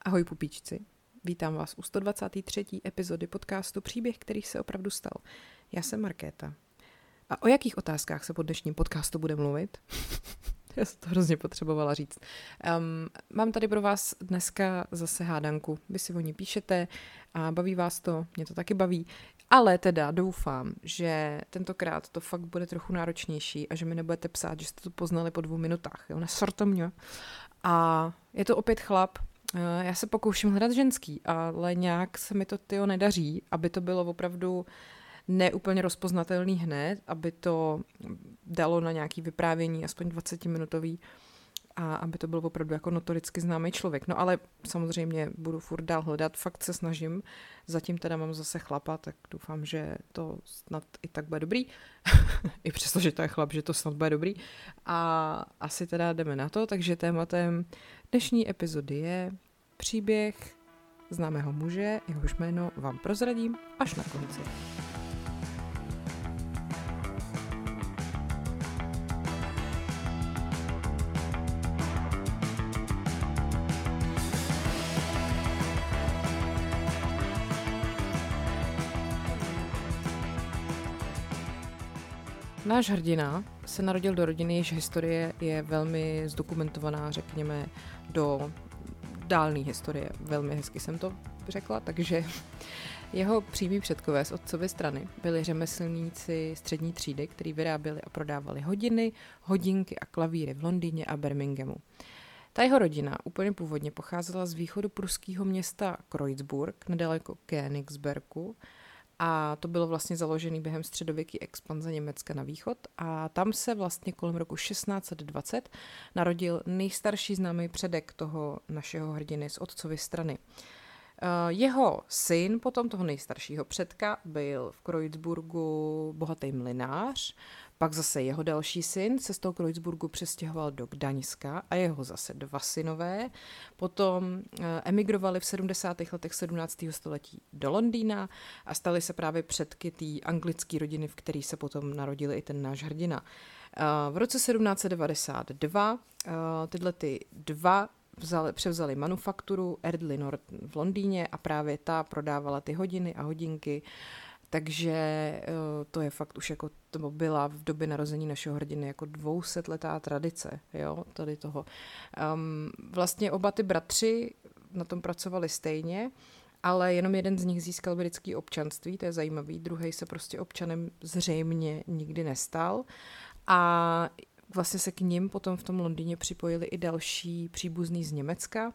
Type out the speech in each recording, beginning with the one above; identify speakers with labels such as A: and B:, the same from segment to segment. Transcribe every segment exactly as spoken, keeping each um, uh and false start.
A: Ahoj pupíčci, vítám vás u sto dvacáté třetí epizody podcastu Příběh, který se opravdu stal. Já jsem Markéta. A o jakých otázkách se po dnešním podcastu bude mluvit? Já jsem to hrozně potřebovala říct. Um, mám tady pro vás dneska zase hádanku. Vy si o ní píšete a baví vás to, mě to taky baví. Ale teda doufám, že tentokrát to fakt bude trochu náročnější a že mi nebudete psát, že jste to poznali po dvou minutách. Jo? Neserte mě. A je to opět chlap. Já se pokouším hledat ženský, ale nějak se mi to tyjo nedaří, aby to bylo opravdu neúplně rozpoznatelný hned, aby to dalo na nějaký vyprávění, aspoň dvacetiminutový, a aby to byl opravdu jako notoricky známý člověk. No ale samozřejmě budu furt dál hledat, fakt se snažím. Zatím teda mám zase chlapa, tak doufám, že to snad i tak bude dobrý. I přesto, že to je chlap, že to snad bude dobrý. A asi teda jdeme na to, takže tématem dnešní epizody je příběh známého muže, jehož jméno vám prozradím až na konci. Náš hrdina se narodil do rodiny, jejíž historie je velmi zdokumentovaná, řekněme, do dálné historie. Velmi hezky jsem to řekla, takže jeho přímí předkové z otcovy strany byli řemeslníci střední třídy, kteří vyráběli a prodávali hodiny, hodinky a klavíry v Londýně a Birminghamu. Ta jeho rodina úplně původně pocházela z východu pruského města Kreuzburg, nedaleko Königsbergu, a to bylo vlastně založené během středověké expanze Německa na východ a tam se vlastně kolem roku šestnáct set dvacet narodil nejstarší známý předek toho našeho hrdiny z otcovy strany. Jeho syn, potom toho nejstaršího předka, byl v Kreuzburgu bohatý mlynář, pak zase jeho další syn se z toho Kreuzburgu přestěhoval do Gdaňska a jeho zase dva synové. Potom emigrovali v sedmdesátých letech sedmnáctého století do Londýna a stali se právě předky té anglické rodiny, v které se potom narodil i ten náš hrdina. V roce sedmnáct set devadesát dva tyhle ty dva Vzali, převzali manufakturu Ardley North v Londýně a právě ta prodávala ty hodiny a hodinky, takže to je fakt už jako to byla v době narození našeho hrdiny jako dvousetletá tradice, jo, tady toho. Um, vlastně oba ty bratři na tom pracovali stejně, ale jenom jeden z nich získal britské občanství, to je zajímavý, druhý se prostě občanem zřejmě nikdy nestal a vlastně se k nim potom v tom Londýně připojili i další příbuzní z Německa,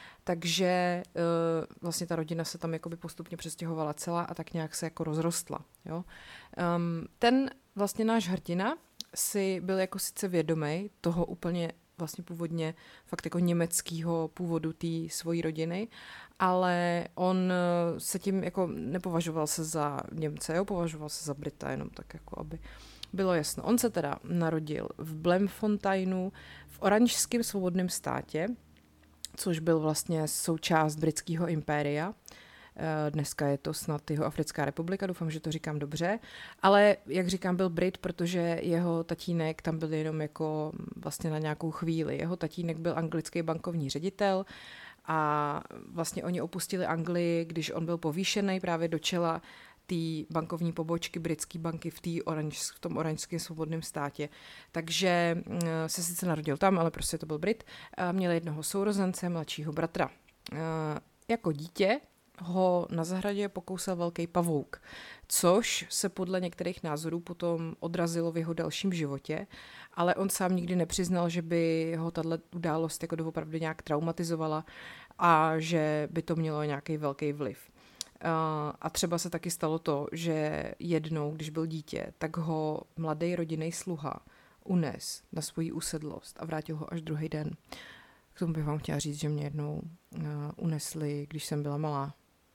A: takže uh, vlastně ta rodina se tam jakoby postupně přestěhovala celá a tak nějak se jako rozrostla. Jo? Um, ten vlastně náš hrdina si byl jako sice vědomý toho úplně vlastně původně fakt jako německého původu té svojí rodiny, ale on se tím jako nepovažoval se za Němce, jo? Považoval se za Brita, jenom tak jako aby bylo jasno. On se teda narodil v Bloemfonteinu v Oranžském svobodném státě, což byl vlastně součást britského impéria. Dneska je to snad jeho Africká republika, doufám, že to říkám dobře. Ale jak říkám, byl Brit, protože jeho tatínek tam byl jenom jako vlastně na nějakou chvíli. Jeho tatínek byl anglický bankovní ředitel a vlastně oni opustili Anglii, když on byl povýšený právě do čela té bankovní pobočky britské banky v, tý oranž, v tom oranžském svobodném státě. Takže se sice narodil tam, ale prostě to byl Brit. Měl jednoho sourozence, mladšího bratra. Jako dítě ho na zahradě pokousal velký pavouk, což se podle některých názorů potom odrazilo v jeho dalším životě, ale on sám nikdy nepřiznal, že by ho tato událost jako doopravdy nějak traumatizovala a že by to mělo nějaký velký vliv. A třeba se taky stalo to, že jednou, když byl dítě, tak ho mladý rodinný sluha unes na svoji usedlost a vrátil ho až druhý den. K tomu bych vám chtěla říct, že mě jednou unesli, když jsem byla malá,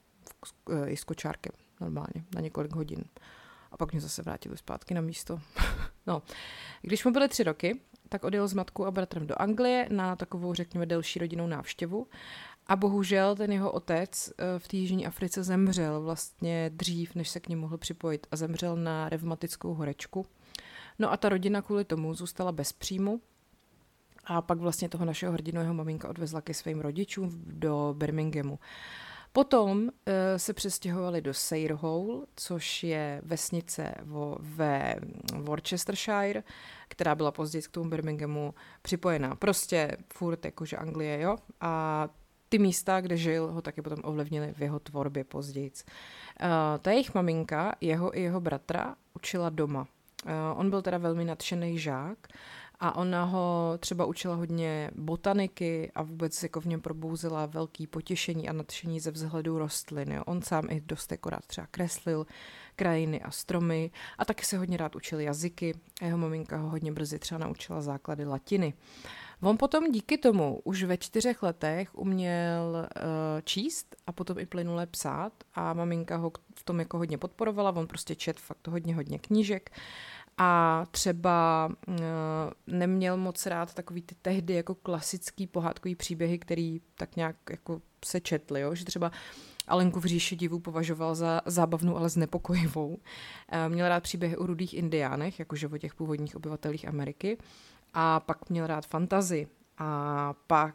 A: i s kočárkem normálně, na několik hodin. A pak mě zase vrátili zpátky na místo. No, když mu byly tři roky, tak odjel s matkou a bratrem do Anglie na takovou, řekněme, delší rodinnou návštěvu. A bohužel ten jeho otec v té Jižní Africe zemřel vlastně dřív, než se k němu mohl připojit a zemřel na revmatickou horečku. No a ta rodina kvůli tomu zůstala bez příjmu A pak vlastně toho našeho hrdinu jeho maminka odvezla ke svým rodičům do Birminghamu. Potom uh, se přestěhovali do Sayre Hall, což je vesnice vo, ve Worcestershire, která byla později k tomu Birminghamu připojená. Prostě furt jakože Anglie, jo. A ty místa, kde žil, ho taky potom ovlivnili v jeho tvorbě později. Uh, ta jejich maminka, jeho i jeho bratra, učila doma. Uh, on byl teda velmi nadšený žák a ona ho třeba učila hodně botaniky a vůbec jako v něm probouzela velký potěšení a nadšení ze vzhledu rostlin. Jo. On sám i dost jako rád třeba kreslil krajiny a stromy a taky se hodně rád učil jazyky a jeho maminka ho hodně brzy třeba naučila základy latiny. On potom díky tomu už ve čtyřech letech uměl uh, číst a potom i plynule psát a maminka ho v tom jako hodně podporovala, on prostě čet fakt hodně, hodně knížek a třeba uh, neměl moc rád takový ty tehdy jako klasický pohádkový příběhy, který tak nějak jako se četly, jo? Že třeba Alenku v říši divů považoval za zábavnou, ale znepokojivou. Uh, měl rád příběhy o rudých indiánech, jakože o těch původních obyvatelích Ameriky. A pak měl rád fantazii. A pak,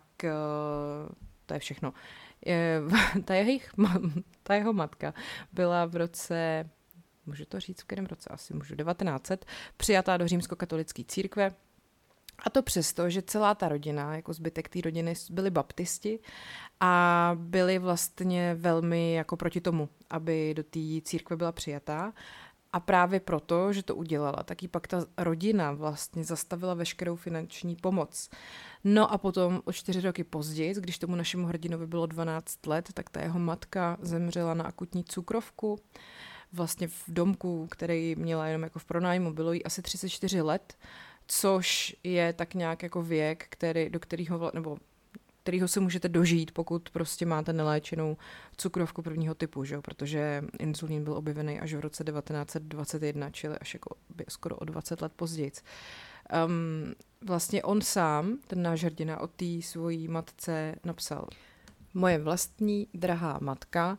A: to je všechno, ta, jejich, ta jeho matka byla v roce, můžu to říct v kterém roce, asi můžu, devatenáct set, přijatá do římskokatolické církve. A to přesto, že celá ta rodina, jako zbytek té rodiny, byli baptisti a byli vlastně velmi jako proti tomu, aby do té církve byla přijatá. A právě proto, že to udělala, tak jí pak ta rodina vlastně zastavila veškerou finanční pomoc. No a potom o čtyři roky později, když tomu našemu hrdinovi bylo dvanáct let, tak ta jeho matka zemřela na akutní cukrovku. Vlastně v domku, který měla jenom jako v pronájmu, bylo jí asi třicet čtyři let, což je tak nějak jako věk, který, do kterého, nebo kterýho se můžete dožít, pokud prostě máte neléčenou cukrovku prvního typu, že? Protože inzulín byl objevený až v roce devatenáct set dvacet jedna, čili až jako skoro o dvacet let později. Um, vlastně on sám, ten náš hrdina, od té svojí matce napsal: Moje vlastní drahá matka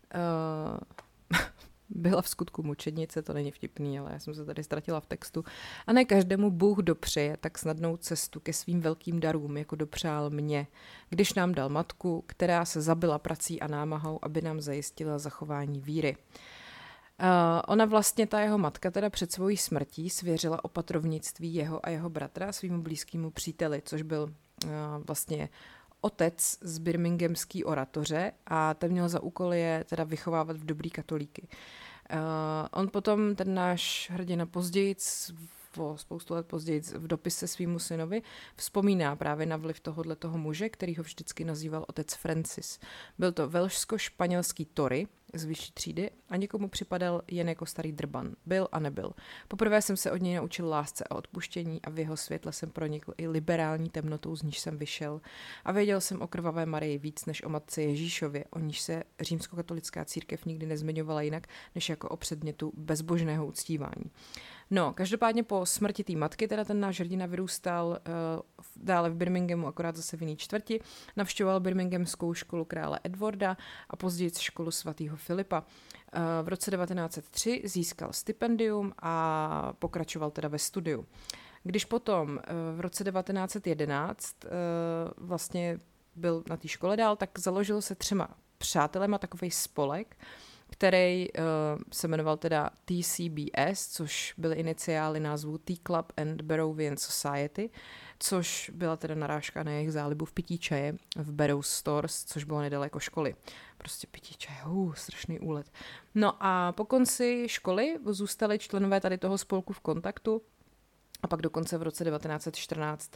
A: uh, byla v skutku mučednice, to není vtipný, ale já jsem se tady ztratila v textu. A ne každému Bůh dopřeje tak snadnou cestu ke svým velkým darům, jako dopřál mě, když nám dal matku, která se zabila prací a námahou, aby nám zajistila zachování víry. Uh, ona vlastně, ta jeho matka, teda před svojí smrtí svěřila opatrovnictví jeho a jeho bratra svýmu blízkému příteli, což byl uh, vlastně otec z birminghamský oratoře a ten měl za úkol je teda vychovávat v dobrý katolíky. Uh, on potom, ten náš hrdina později, o spoustu let později v dopise svýmu synovi, vzpomíná právě na vliv tohohle toho muže, který ho vždycky nazýval otec Francis. Byl to velšsko-španělský Tory z vyšší třídy a někomu připadal jen jako starý drban. Byl a nebyl. Poprvé jsem se od něj naučil lásce a odpuštění a v jeho světle jsem pronikl i liberální temnotou, z níž jsem vyšel. A věděl jsem o krvavé Marii víc než o matce Ježíšově, o níž se římskokatolická církev nikdy nezmiňovala jinak, než jako o předmětu bezbožného uctívání. No, každopádně po smrti té matky, teda ten náš hrdina vyrůstal uh, dále v Birminghamu, akorát zase v jiný čtvrti, navštěvoval birminghamskou školu krále Edwarda a později školu svatého Filipa. Uh, v roce devatenáct set tři získal stipendium a pokračoval teda ve studiu. Když potom uh, v roce devatenáct set jedenáct uh, vlastně byl na té škole dál, tak založil se třema přátelema takovej spolek, který uh, se jmenoval teda T C B S, což byly iniciály názvu Tea Club and Barrovian Society, což byla teda narážka na jejich zálibu v pití čaje v Barrows Stores, což bylo nedaleko školy. Prostě pití čaje, uh, strašný úlet. No a po konci školy zůstali členové tady toho spolku v kontaktu. A pak dokonce v roce devatenáct set čtrnáct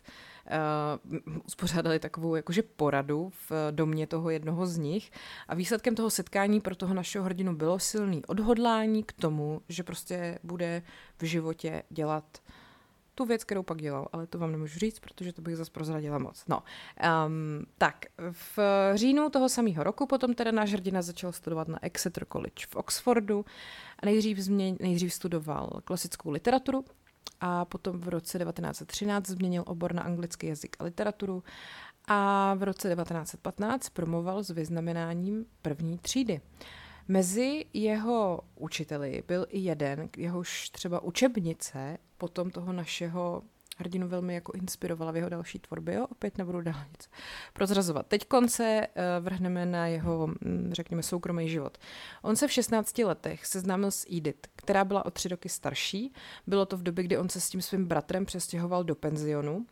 A: uh, uspořádali takovou jakože poradu v domě toho jednoho z nich. A výsledkem toho setkání pro toho našeho hrdinu bylo silný odhodlání k tomu, že prostě bude v životě dělat tu věc, kterou pak dělal. Ale to vám nemůžu říct, protože to bych zase prozradila moc. No, um, tak v říjnu toho samého roku potom teda náš hrdina začal studovat na Exeter College v Oxfordu. A nejdřív, změn, nejdřív studoval klasickou literaturu, a potom v roce devatenáct set třináct změnil obor na anglický jazyk a literaturu a v roce devatenáct set patnáct promoval s vyznamenáním první třídy. Mezi jeho učiteli byl i jeden, jehož třeba učebnice potom toho našeho hrdinu velmi jako inspirovala v jeho další tvorbě. Jo? Opět nebudu dál nic prozrazovat. Teď se uh, vrhneme na jeho, řekněme, soukromý život. On se v šestnácti letech seznámil s Edith, která byla o tři roky starší. Bylo to v době, kdy on se s tím svým bratrem přestěhoval do penzionu. Uh,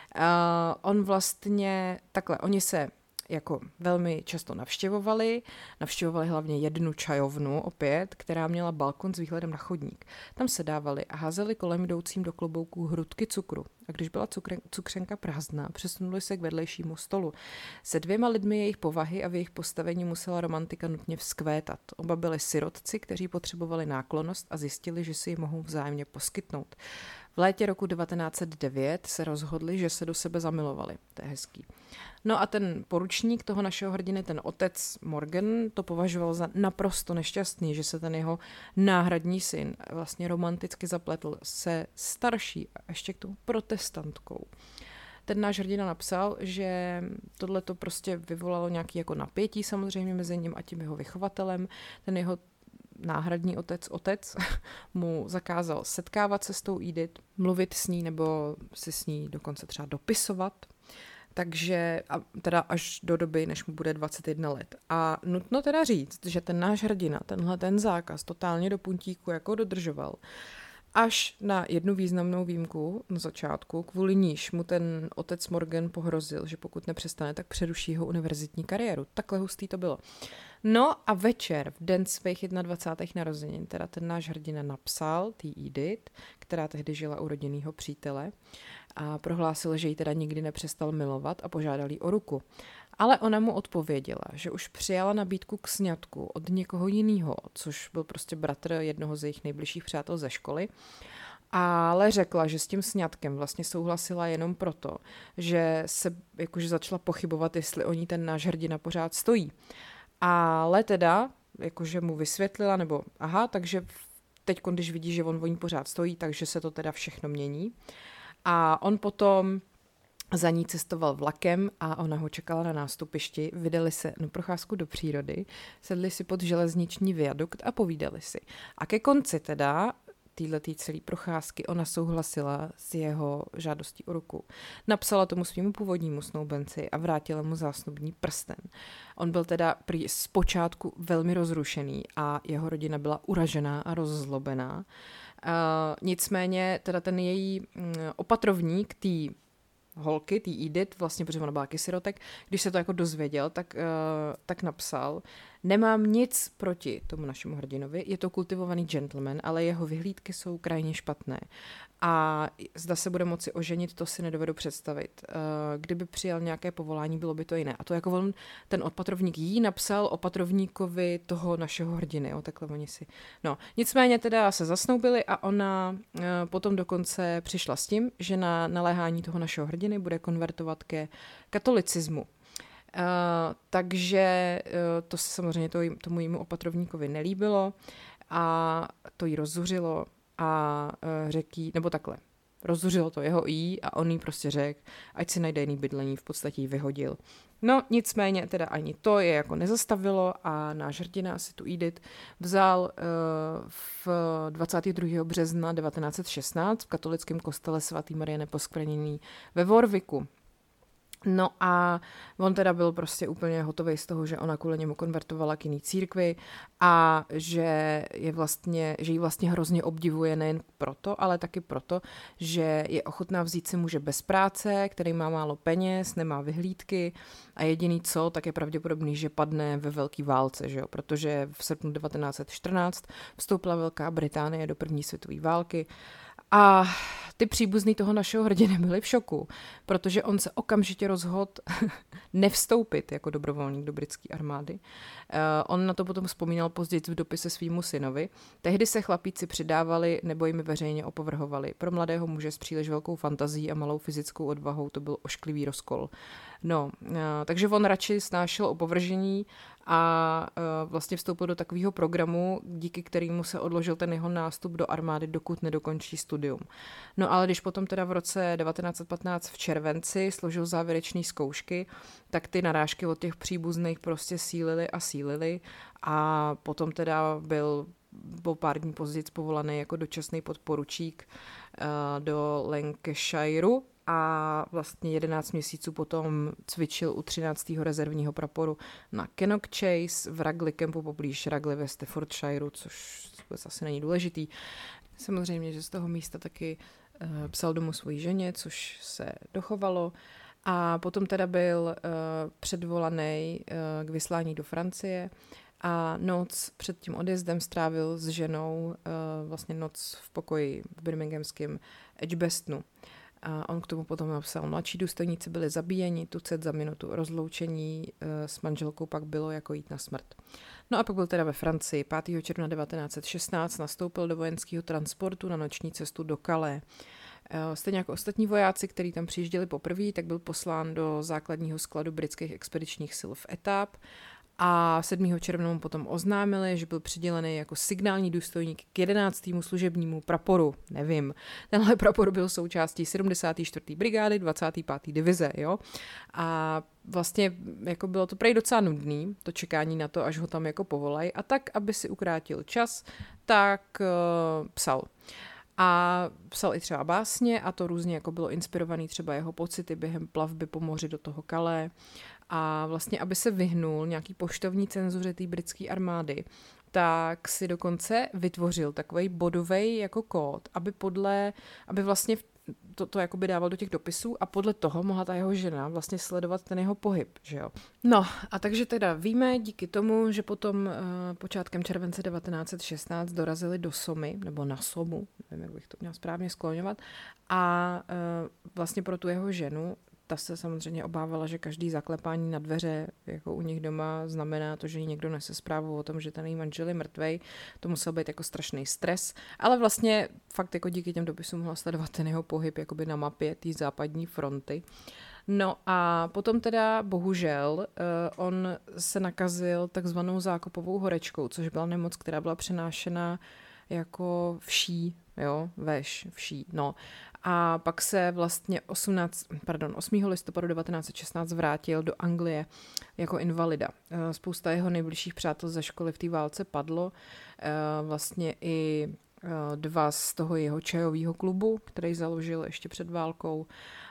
A: on vlastně, takhle, oni se jako velmi často navštěvovali. Navštěvovali hlavně jednu čajovnu opět, která měla balkon s výhledem na chodník. Tam se dávali a házeli kolem jdoucím do klobouků hrudky cukru. A když byla cukren, cukřenka prázdná, přesunuli se k vedlejšímu stolu. Se dvěma lidmi jejich povahy a v jejich postavení musela romantika nutně vzkvétat. Oba byli sirotci, kteří potřebovali náklonnost a zjistili, že si ji mohou vzájemně poskytnout. V létě roku devatenáct set devět se rozhodli, že se do sebe zamilovali. To je hezký. No a ten poručník toho našeho hrdiny, ten otec Morgan, to považoval za naprosto nešťastný, že se ten jeho náhradní syn vlastně romanticky zapletl se starší a ještě k tomu protestantkou. Ten náš hrdina napsal, že tohle to prostě vyvolalo nějaké jako napětí samozřejmě mezi ním a tím jeho vychovatelem. Ten jeho náhradní otec, otec mu zakázal setkávat se s tou Edith, mluvit s ní nebo si s ní dokonce třeba dopisovat. Takže a teda až do doby, než mu bude dvacet jedna let. A nutno teda říct, že ten náš hrdina, tenhle ten zákaz totálně do puntíku jako dodržoval. Až na jednu významnou výjimku na začátku, kvůli níž mu ten otec Morgan pohrozil, že pokud nepřestane, tak přeruší jeho univerzitní kariéru. Takhle hustý to bylo. No a večer, v den svých dvacátých jedna narozenin, teda ten náš hrdina napsal tý Edith, která tehdy žila u rodinného přítele, a prohlásil, že ji teda nikdy nepřestal milovat a požádal jí o ruku. Ale ona mu odpověděla, že už přijala nabídku k sňatku od někoho jiného, což byl prostě bratr jednoho z jejich nejbližších přátel ze školy. Ale řekla, že s tím sňatkem vlastně souhlasila jenom proto, že se jakože začala pochybovat, jestli o ní ten náš hrdina pořád stojí. Ale teda, jakože mu vysvětlila, nebo aha, takže teď, když vidí, že on o ní pořád stojí, takže se to teda všechno mění. A on potom za ní cestoval vlakem a ona ho čekala na nástupišti, vydali se na procházku do přírody, sedli si pod železniční viadukt a povídali si. A ke konci teda téhletý celý procházky ona souhlasila s jeho žádostí o ruku. Napsala tomu svýmu původnímu snoubenci a vrátila mu zásnubní prsten. On byl teda prý zpočátku velmi rozrušený a jeho rodina byla uražená a rozzlobená. Uh, nicméně teda ten její um, opatrovník, tý holky, tý Edith, vlastně, protože ona byla sirotek, když se to jako dozvěděl, tak, uh, tak napsal: nemám nic proti tomu našemu hrdinovi, je to kultivovaný gentleman, ale jeho vyhlídky jsou krajně špatné. A zda se bude moci oženit, to si nedovedu představit. Uh, kdyby přijal nějaké povolání, bylo by to jiné. A to jako on, ten opatrovník jí napsal opatrovníkovi toho našeho hrdiny. Jo, takhle oni si... No, nicméně teda se zasnoubili a ona uh, potom dokonce přišla s tím, že na naléhání toho našeho hrdiny bude konvertovat ke katolicismu. Uh, takže uh, to se samozřejmě to, tomu jímu opatrovníkovi nelíbilo a to jí rozzuřilo a uh, řekl jí, nebo takhle, rozzuřilo to jeho jí a on jí prostě řekl, ať si najde jiný bydlení, v podstatě jí vyhodil. No nicméně teda ani to je jako nezastavilo a náš hrdina si tu Edith vzal uh, v dvacátého druhého března devatenáct set šestnáct v katolickém kostele svatý Marie Neposkvrněný ve Warwicku. No a on teda byl prostě úplně hotový z toho, že ona kvůli němu konvertovala k jiný církvi a že je vlastně, že ji vlastně hrozně obdivuje nejen proto, ale taky proto, že je ochotná vzít si muže bez práce, který má málo peněz, nemá vyhlídky a jediný co, tak je pravděpodobný, že padne ve velké válce, že jo? Protože v srpnu devatenáct set čtrnáct vstoupila Velká Británie do první světové války. A ty příbuzní toho našeho hrdiny byli v šoku, protože on se okamžitě rozhodl nevstoupit jako dobrovolník do britské armády. Uh, on na to potom vzpomínal později v dopise svýmu synovi. Tehdy se chlapíci přidávali nebo jim veřejně opovrhovali. Pro mladého muže s příliš velkou fantazií a malou fyzickou odvahou to byl ošklivý rozkol. No, uh, takže on radši snášel opovržení a uh, vlastně vstoupil do takového programu, díky kterému se odložil ten jeho nástup do armády, dokud nedokončí studium. No ale když potom teda v roce devatenáct set patnáct v červenci složil závěrečné zkoušky, tak ty narážky od těch příbuzných prostě sílily a sílily a potom teda byl byl pár dní později povolaný jako dočasný podporučík do Lancashireu a vlastně jedenáct měsíců potom cvičil u třináctého rezervního praporu na Cannock Chase v Rugby Campu poblíž Rugby ve Staffordshireu, což vůbec asi není důležitý. Samozřejmě, že z toho místa taky uh, psal domů svojí ženě, což se dochovalo. A potom teda byl uh, předvolaný uh, k vyslání do Francie a noc před tím odjezdem strávil s ženou uh, vlastně noc v pokoji v birminghamském Edgbastonu. A on k tomu potom napsal, mladší důstojníci byli zabíjeni, tucet za minutu, rozloučení uh, s manželkou pak bylo jako jít na smrt. No a pak byl teda ve Francii. pátého června devatenáct set šestnáct nastoupil do vojenského transportu na noční cestu do Calais. Stejně jako ostatní vojáci, kteří tam přijížděli poprvé, tak byl poslán do základního skladu britských expedičních sil v Etap a sedmého června mu potom oznámili, že byl přidělený jako signální důstojník k jedenáctému služebnímu praporu. Nevím, tenhle prapor byl součástí sedmdesáté čtvrté brigády dvacáté páté divize, jo. A vlastně jako bylo to prej docela nudný, to čekání na to, až ho tam jako povolají. A tak, aby si ukrátil čas, tak uh, psal. A psal i třeba básně a to různě jako bylo inspirovaný třeba jeho pocity během plavby po moři do toho Calais. A vlastně, aby se vyhnul nějaký poštovní cenzuře té britské armády, tak si dokonce vytvořil takovej bodovej jako kód, aby podle, aby vlastně to, to jakoby dával do těch dopisů a podle toho mohla ta jeho žena vlastně sledovat ten jeho pohyb, že jo. No a takže teda víme díky tomu, že potom uh, počátkem července devatenáct set šestnáct dorazili do Somy, nebo na Somu, nevím, jak bych to měla správně skloňovat, a uh, vlastně pro tu jeho ženu ta se samozřejmě obávala, že každý zaklepání na dveře jako u nich doma znamená to, že jí někdo nese zprávu o tom, že ten její manžel je mrtvej. To musel být jako strašný stres, ale vlastně fakt jako díky těm dopisům mohla sledovat ten jeho pohyb jakoby na mapě té západní fronty. No a potom teda bohužel uh, on se nakazil takzvanou zákopovou horečkou, což byla nemoc, která byla přenášena jako vší, jo, veš, vší, no. A pak se vlastně osmnáct, pardon, osmého listopadu devatenáct set šestnáct vrátil do Anglie jako invalida. Spousta jeho nejbližších přátel ze školy v té válce padlo. Vlastně i dva z toho jeho čajového klubu, který založil ještě před válkou.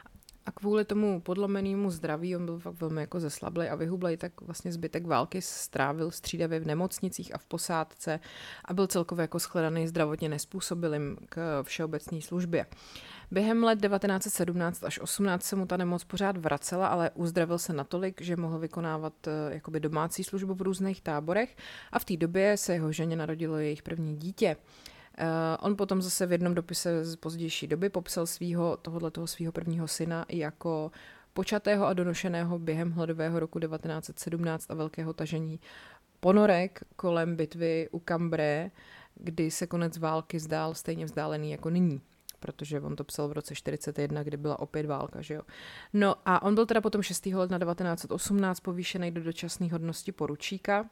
A: A kvůli tomu podlomenému zdraví, on byl fakt velmi jako zeslablej a vyhublej, tak vlastně zbytek války strávil střídavě v nemocnicích a v posádce a byl celkově jako shledaný zdravotně nespůsobilým k všeobecné službě. Během let devatenáct set sedmnáct až osmnáct se mu ta nemoc pořád vracela, ale uzdravil se natolik, že mohl vykonávat jakoby domácí službu v různých táborech a v té době se jeho ženě narodilo jejich první dítě. Uh, on potom zase v jednom dopise z pozdější doby popsal svýho, tohoto svého prvního syna jako počatého a donošeného během hladového roku devatenáct set sedmnáct a velkého tažení ponorek kolem bitvy u Cambrai, kdy se konec války zdál stejně vzdálený jako nyní, protože on to psal v roce čtyřicet jedna, kdy byla opět válka, že jo. No a on byl teda potom šestého ledna devatenáct set osmnáct povýšený do dočasné hodnosti poručíka,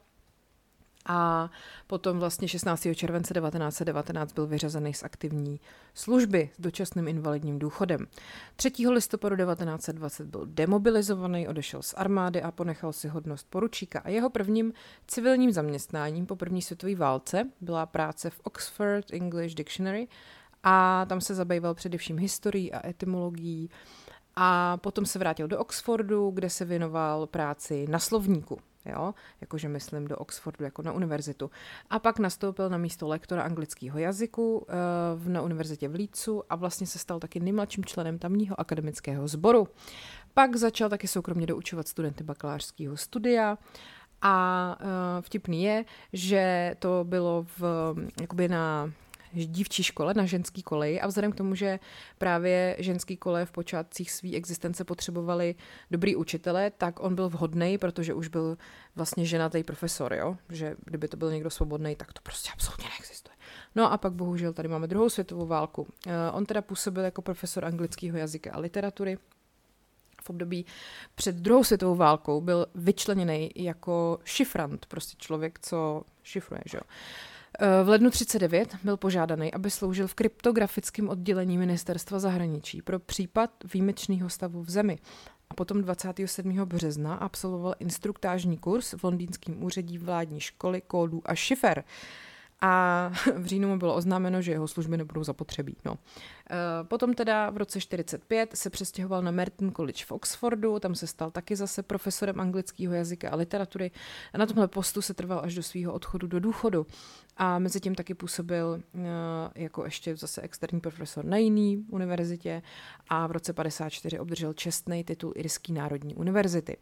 A: a potom vlastně šestnáctého července devatenáct set devatenáct byl vyřazený z aktivní služby s dočasným invalidním důchodem. třetího listopadu devatenáct set dvacet byl demobilizovaný, odešel z armády a ponechal si hodnost poručíka. A jeho prvním civilním zaměstnáním po první světové válce byla práce v Oxford English Dictionary a tam se zabýval především historií a etymologií. A potom se vrátil do Oxfordu, kde se věnoval práci na slovníku. Jo, jakože myslím do Oxfordu jako na univerzitu. A pak nastoupil na místo lektora anglického jazyku uh, na univerzitě v Leedsu a vlastně se stal taky nejmladším členem tamního akademického sboru. Pak začal taky soukromně doučovat studenty bakalářského studia a uh, vtipný je, že to bylo v, jakoby na dívčí škole, na ženský koleji a vzhledem k tomu, že právě ženský koleje v počátcích své existence potřebovali dobrý učitele, tak on byl vhodný, protože už byl vlastně ženatý profesor, jo? Že kdyby to byl někdo svobodný, tak to prostě absolutně neexistuje. No a pak bohužel tady máme druhou světovou válku. Uh, on teda působil jako profesor anglického jazyka a literatury. V období před druhou světovou válkou byl vyčleněný jako šifrant, prostě člověk, co šifruje, že jo. V lednu třicet devět byl požádaný, aby sloužil v kryptografickém oddělení ministerstva zahraničí pro případ výjimečného stavu v zemi. A potom dvacátého sedmého března absolvoval instruktážní kurz v londýnském úřadí vládní školy kódů a šifer. a v říjnu mu bylo oznámeno, že jeho služby nebudou zapotřebí. No. Potom teda v roce čtyřicet pět se přestěhoval na Merton College v Oxfordu, tam se stal taky zase profesorem anglického jazyka a literatury a na tomhle postu se trval až do svého odchodu do důchodu. A mezi tím taky působil jako ještě zase externí profesor na jiný univerzitě a v roce padesát čtyři obdržel čestný titul Irské národní univerzity.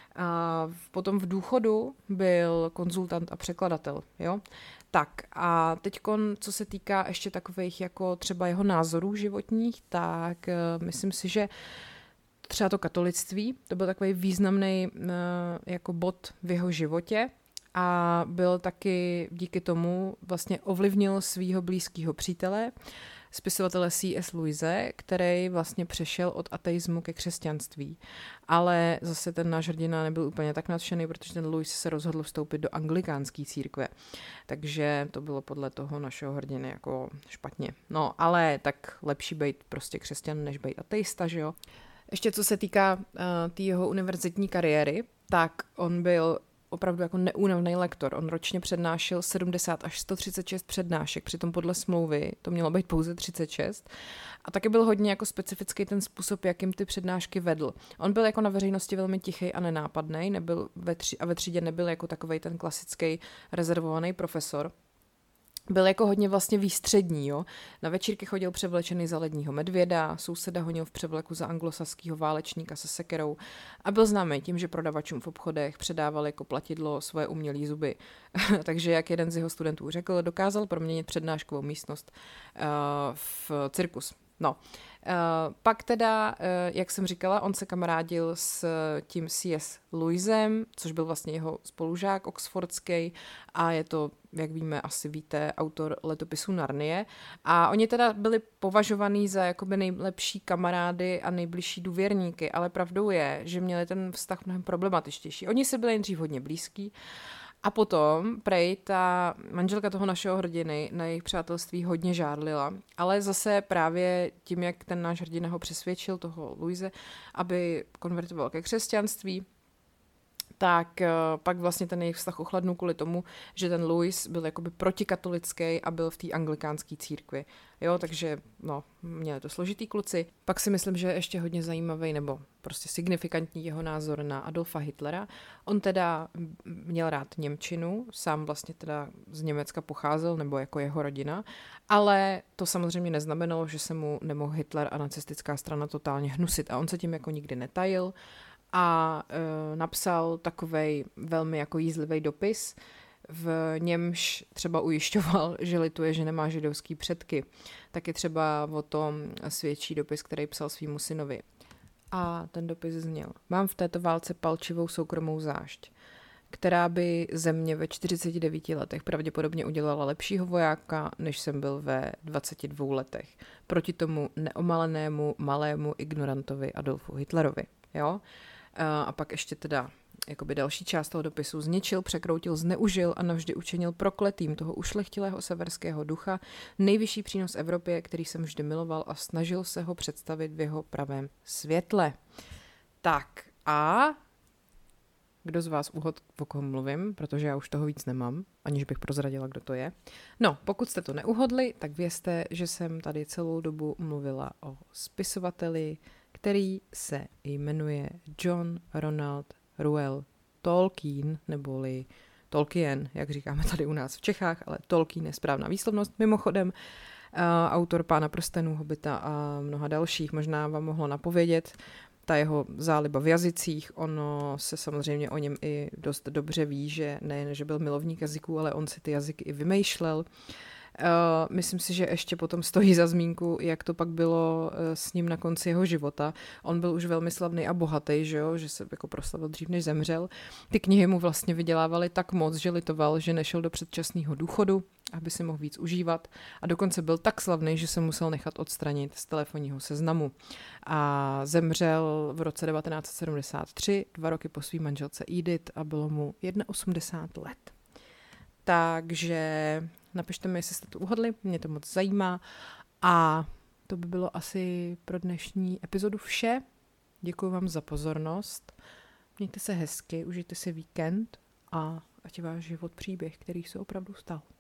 A: A potom v důchodu byl konzultant a překladatel, jo. Tak a teďkon, co se týká ještě takových jako třeba jeho názorů životních, tak uh, myslím si, že třeba to katolictví, to byl takový významný uh, jako bod v jeho životě a byl taky díky tomu vlastně ovlivnil svého blízkého přítele, spisovatele C S. Lewise, který vlastně přešel od ateismu ke křesťanství. Ale zase ten náš hrdina nebyl úplně tak nadšený, protože ten Lewis se rozhodl vstoupit do anglikánské církve. Takže to bylo podle toho našeho hrdiny jako špatně. No, ale tak lepší být prostě křesťan, než být ateista, že jo? Ještě co se týká uh, té jeho univerzitní kariéry, tak on byl opravdu jako neúnavný lektor. On ročně přednášel sedmdesát až sto třicet šest přednášek, přitom podle smlouvy to mělo být pouze třicet šest. A taky byl hodně jako specifický ten způsob, jakým ty přednášky vedl. On byl jako na veřejnosti velmi tichý a nenápadný, nebyl ve tři, a ve třídě nebyl jako takovej ten klasický rezervovaný profesor. Byl jako hodně vlastně výstřední, jo. Na večírky chodil převlečený za ledního medvěda, souseda honil v převleku za anglosaskýho válečníka se sekerou a byl známý tím, že prodavačům v obchodech předával jako platidlo svoje umělý zuby. Takže jak jeden z jeho studentů řekl, dokázal proměnit přednáškovou místnost uh, v cirkus. No, uh, pak teda, uh, jak jsem říkala, on se kamarádil s tím C S. Lewisem, což byl vlastně jeho spolužák oxfordský a je to, jak víme, asi víte, autor letopisu Narnie. A oni teda byli považovaní za jakoby nejlepší kamarády a nejbližší důvěrníky, ale pravdou je, že měli ten vztah mnohem problematičtější. Oni si byli nejdřív hodně blízký, a potom prej ta manželka toho našeho hrdiny na jejich přátelství hodně žádlila, ale zase právě tím, jak ten náš hrdina ho přesvědčil, toho Lewise, aby konvertoval ke křesťanství, tak uh, pak vlastně ten jejich vztah ochladnul kvůli tomu, že ten Lewis byl jakoby protikatolický a byl v té anglikánské církvi. Jo, takže no, měli to složitý kluci. Pak si myslím, že ještě hodně zajímavý nebo prostě signifikantní jeho názor na Adolfa Hitlera. On teda měl rád němčinu, sám vlastně teda z Německa pocházel, nebo jako jeho rodina, ale to samozřejmě neznamenalo, že se mu nemohl Hitler a nacistická strana totálně hnusit a on se tím jako nikdy netajil. A e, napsal takovej velmi jako jízlivý dopis, v němž třeba ujišťoval, že lituje, že nemá židovský předky. Taky třeba o tom svědčí dopis, který psal svýmu synovi. A ten dopis zněl: Mám v této válce palčivou soukromou zášť, která by ze mě ve čtyřiceti devíti letech pravděpodobně udělala lepšího vojáka, než jsem byl ve dvaceti dvou letech. Proti tomu neomalenému, malému ignorantovi Adolfu Hitlerovi. Jo? A pak ještě teda jakoby další část toho dopisu: zničil, překroutil, zneužil a navždy učinil prokletým toho ušlechtilého severského ducha, nejvyšší přínos Evropě, který jsem vždy miloval a snažil se ho představit v jeho pravém světle. Tak a kdo z vás uhod, o kom mluvím, protože já už toho víc nemám, aniž bych prozradila, kdo to je. No, pokud jste to neuhodli, tak vězte, že jsem tady celou dobu mluvila o spisovateli, který se jmenuje John Ronald Reuel Tolkien, neboli Tolkien, jak říkáme tady u nás v Čechách, ale Tolkien je správná výslovnost. Mimochodem, uh, autor Pána prstenů, Hobita a mnoha dalších, možná vám mohlo napovědět, ta jeho záliba v jazycích, ono se samozřejmě o něm i dost dobře ví, že nejen, že byl milovník jazyků, ale on si ty jazyky i vymýšlel. Uh, myslím si, že ještě potom stojí za zmínku, jak to pak bylo uh, s ním na konci jeho života. On byl už velmi slavný a bohatý, že, jo? Že se jako proslavil dřív, než zemřel. Ty knihy mu vlastně vydělávaly tak moc, že litoval, že nešel do předčasného důchodu, aby si mohl víc užívat. A dokonce byl tak slavný, že se musel nechat odstranit z telefonního seznamu. A zemřel v roce devatenáct set sedmdesát tři, dva roky po své manželce Edith, a bylo mu osmdesát jedna let. Takže napište mi, jestli jste to uhodli, mě to moc zajímá. A to by bylo asi pro dnešní epizodu vše. Děkuji vám za pozornost. Mějte se hezky, užijte si víkend a ať je váš život příběh, který se opravdu stal.